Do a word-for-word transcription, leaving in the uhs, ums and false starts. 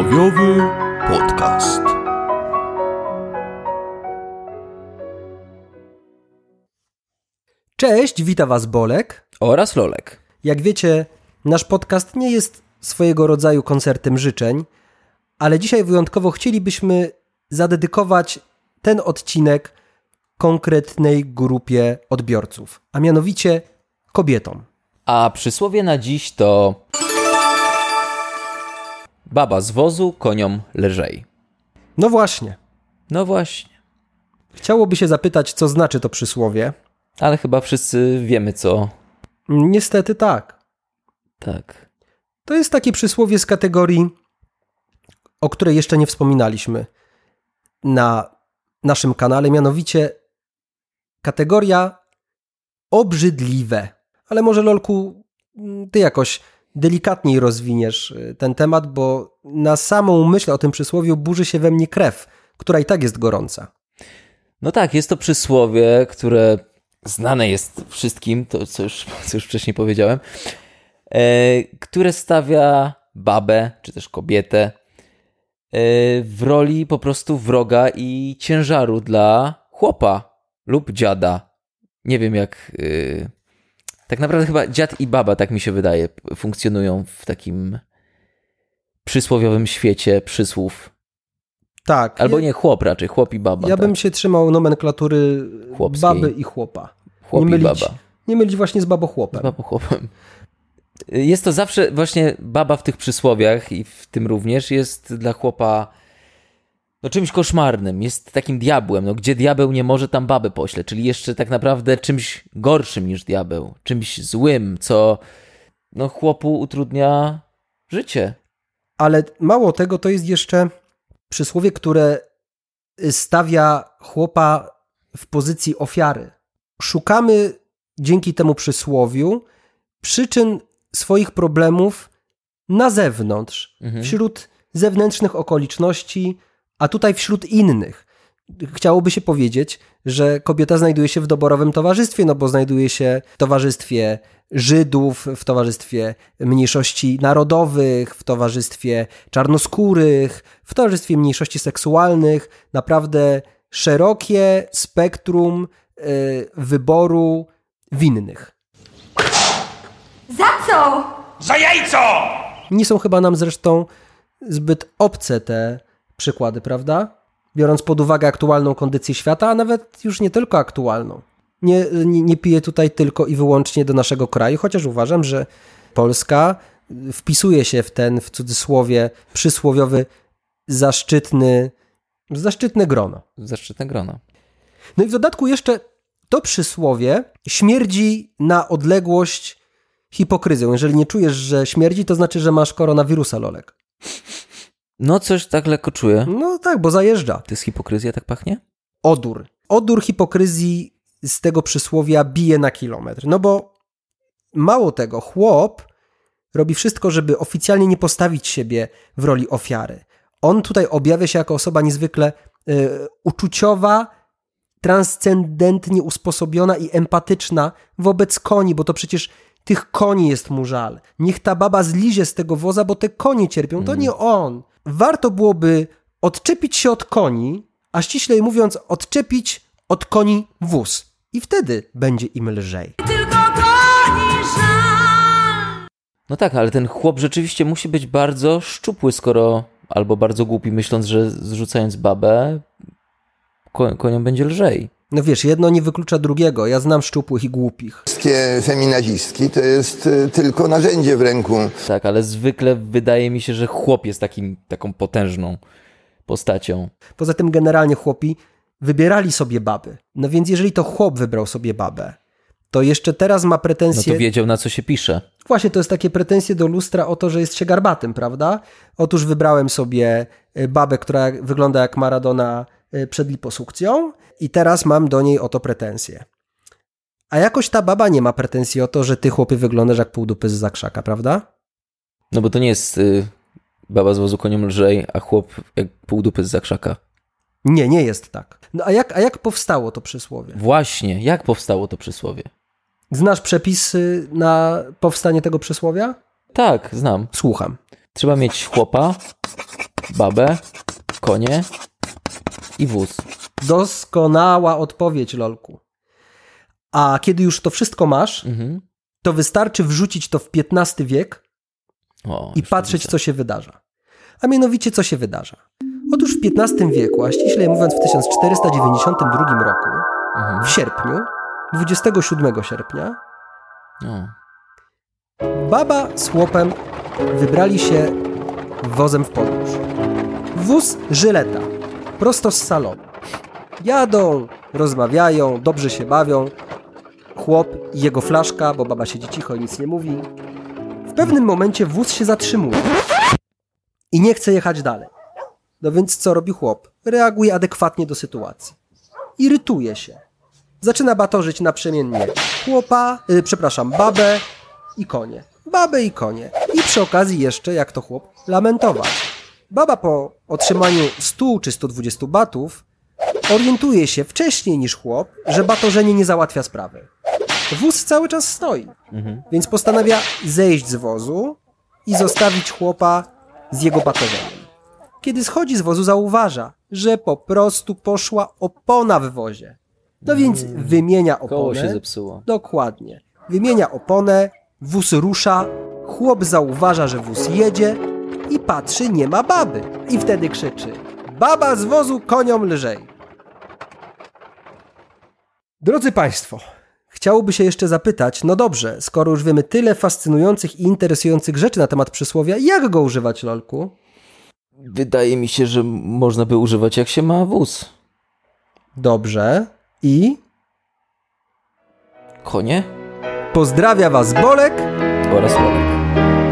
Przysłowiowy podcast. Cześć, wita Was Bolek oraz Lolek. Jak wiecie, nasz podcast nie jest swojego rodzaju koncertem życzeń, ale dzisiaj wyjątkowo chcielibyśmy zadedykować ten odcinek konkretnej grupie odbiorców, a mianowicie kobietom. A przysłowie na dziś to baba z wozu koniom lżej. No właśnie. No właśnie. Chciałoby się zapytać, co znaczy to przysłowie. Ale chyba wszyscy wiemy co. Niestety tak. Tak. To jest takie przysłowie z kategorii, o której jeszcze nie wspominaliśmy na naszym kanale, mianowicie kategoria obrzydliwe. Ale może, Lolku, ty jakoś delikatniej rozwiniesz ten temat, bo na samą myśl o tym przysłowiu burzy się we mnie krew, która i tak jest gorąca. No tak, jest to przysłowie, które znane jest wszystkim, to co już, co już wcześniej powiedziałem, e, które stawia babę, czy też kobietę e, w roli po prostu wroga i ciężaru dla chłopa lub dziada. Nie wiem jak... E, tak naprawdę chyba dziad i baba, tak mi się wydaje, funkcjonują w takim przysłowiowym świecie przysłów. Tak. Albo ja, nie chłop raczej, chłop i baba. Ja tak. bym się trzymał nomenklatury Chłopskiej. baby i chłopa. Chłop nie i mylić, baba. Nie mylić właśnie z babochłopem. Z babochłopem. Jest to zawsze właśnie baba w tych przysłowiach i w tym również jest dla chłopa no, czymś koszmarnym. Jest takim diabłem. No, gdzie diabeł nie może, tam babę pośle. Czyli jeszcze tak naprawdę czymś gorszym niż diabeł. Czymś złym, co no, chłopu utrudnia życie. Ale mało tego, to jest jeszcze przysłowie, które stawia chłopa w pozycji ofiary. Szukamy dzięki temu przysłowiu przyczyn swoich problemów na zewnątrz, mhm. wśród zewnętrznych okoliczności, a tutaj wśród innych. Chciałoby się powiedzieć, że kobieta znajduje się w doborowym towarzystwie, no bo znajduje się w towarzystwie Żydów, w towarzystwie mniejszości narodowych, w towarzystwie czarnoskórych, w towarzystwie mniejszości seksualnych. Naprawdę szerokie spektrum y, wyboru winnych. Za co? Za jajco! Nie są chyba nam zresztą zbyt obce te przykłady, prawda? Biorąc pod uwagę aktualną kondycję świata, a nawet już nie tylko aktualną. Nie, nie, nie piję tutaj tylko i wyłącznie do naszego kraju, chociaż uważam, że Polska wpisuje się w ten, w cudzysłowie, przysłowiowy, zaszczytny, zaszczytne grono. Zaszczytne grono. No i w dodatku jeszcze to przysłowie śmierdzi na odległość hipokryzją. Jeżeli nie czujesz, że śmierdzi, to znaczy, że masz koronawirusa, Lolek. No coś tak lekko czuję. No tak, bo zajeżdża. To jest hipokryzja, tak pachnie? Odór. Odór hipokryzji z tego przysłowia bije na kilometr. No bo mało tego, chłop robi wszystko, żeby oficjalnie nie postawić siebie w roli ofiary. On tutaj objawia się jako osoba niezwykle y, uczuciowa, transcendentnie usposobiona i empatyczna wobec koni, bo to przecież tych koni jest mu żal. Niech ta baba zlizie z tego woza, bo te konie cierpią. To mm. nie on. Warto byłoby odczepić się od koni, a ściślej mówiąc odczepić od koni wóz. I wtedy będzie im lżej. Tylko koni żal. No tak, ale ten chłop rzeczywiście musi być bardzo szczupły, skoro albo bardzo głupi, myśląc, że zrzucając babę ko- koniom będzie lżej. No wiesz, jedno nie wyklucza drugiego. Ja znam szczupłych i głupich. Wszystkie feminazistki to jest tylko narzędzie w ręku. Tak, ale zwykle wydaje mi się, że chłop jest takim, taką potężną postacią. Poza tym generalnie chłopi wybierali sobie baby. No więc jeżeli to chłop wybrał sobie babę, to jeszcze teraz ma pretensje... No to wiedział, na co się pisze. Właśnie, to jest takie pretensje do lustra o to, że jest się garbatym, prawda? Otóż wybrałem sobie babę, która wygląda jak Maradona przed liposukcją i teraz mam do niej o to pretensje. A jakoś ta baba nie ma pretensji o to, że ty, chłopie, wyglądasz jak pół dupy z zakrzaka, prawda? No bo to nie jest y, baba z wozu koniom lżej, a chłop jak pół dupy z zakrzaka. Nie, nie jest tak. No a jak, a jak powstało to przysłowie? Właśnie, jak powstało to przysłowie? Znasz przepisy na powstanie tego przysłowia? Tak, znam. Słucham. Trzeba mieć chłopa, babę, konie i wóz. Doskonała odpowiedź, Lolku. A kiedy już to wszystko masz, Mhm. to wystarczy wrzucić to w piętnasty wiek O, i już patrzeć, widzę. co się wydarza. A mianowicie, co się wydarza? Otóż w piętnastym wieku, a ściślej mówiąc w tysiąc czterysta dziewięćdziesiątym drugim roku, Mhm. w sierpniu, dwudziestego siódmego sierpnia, O. baba z chłopem wybrali się wozem w podróż. Wóz Żyleta, prosto z salonu. Jadą, rozmawiają, dobrze się bawią. Chłop i jego flaszka, bo baba siedzi cicho i nic nie mówi. W pewnym momencie wóz się zatrzymuje i nie chce jechać dalej. No więc co robi chłop? Reaguje adekwatnie do sytuacji. Irytuje się. Zaczyna batorzyć naprzemiennie chłopa, yy, przepraszam, babę i konie. Babę i konie. I przy okazji jeszcze, jak to chłop, lamentować. Baba po otrzymaniu stu czy stu dwudziestu batów orientuje się wcześniej niż chłop, że batorzenie nie załatwia sprawy. Wóz cały czas stoi, więc postanawia zejść z wozu i zostawić chłopa z jego batorzeniem. Kiedy schodzi z wozu, zauważa, że po prostu poszła opona w wozie. No więc wymienia oponę. Koło się zepsuło. Dokładnie. Wymienia oponę, wóz rusza, chłop zauważa, że wóz jedzie i patrzy, nie ma baby. I wtedy krzyczy: baba z wozu koniom lżej. Drodzy Państwo, chciałoby się jeszcze zapytać, no dobrze, skoro już wiemy tyle fascynujących i interesujących rzeczy na temat przysłowia, jak go używać, Lolku? Wydaje mi się, że można by używać jak się ma wóz. Dobrze. I Konie pozdrawia Was Bolek oraz Lolek.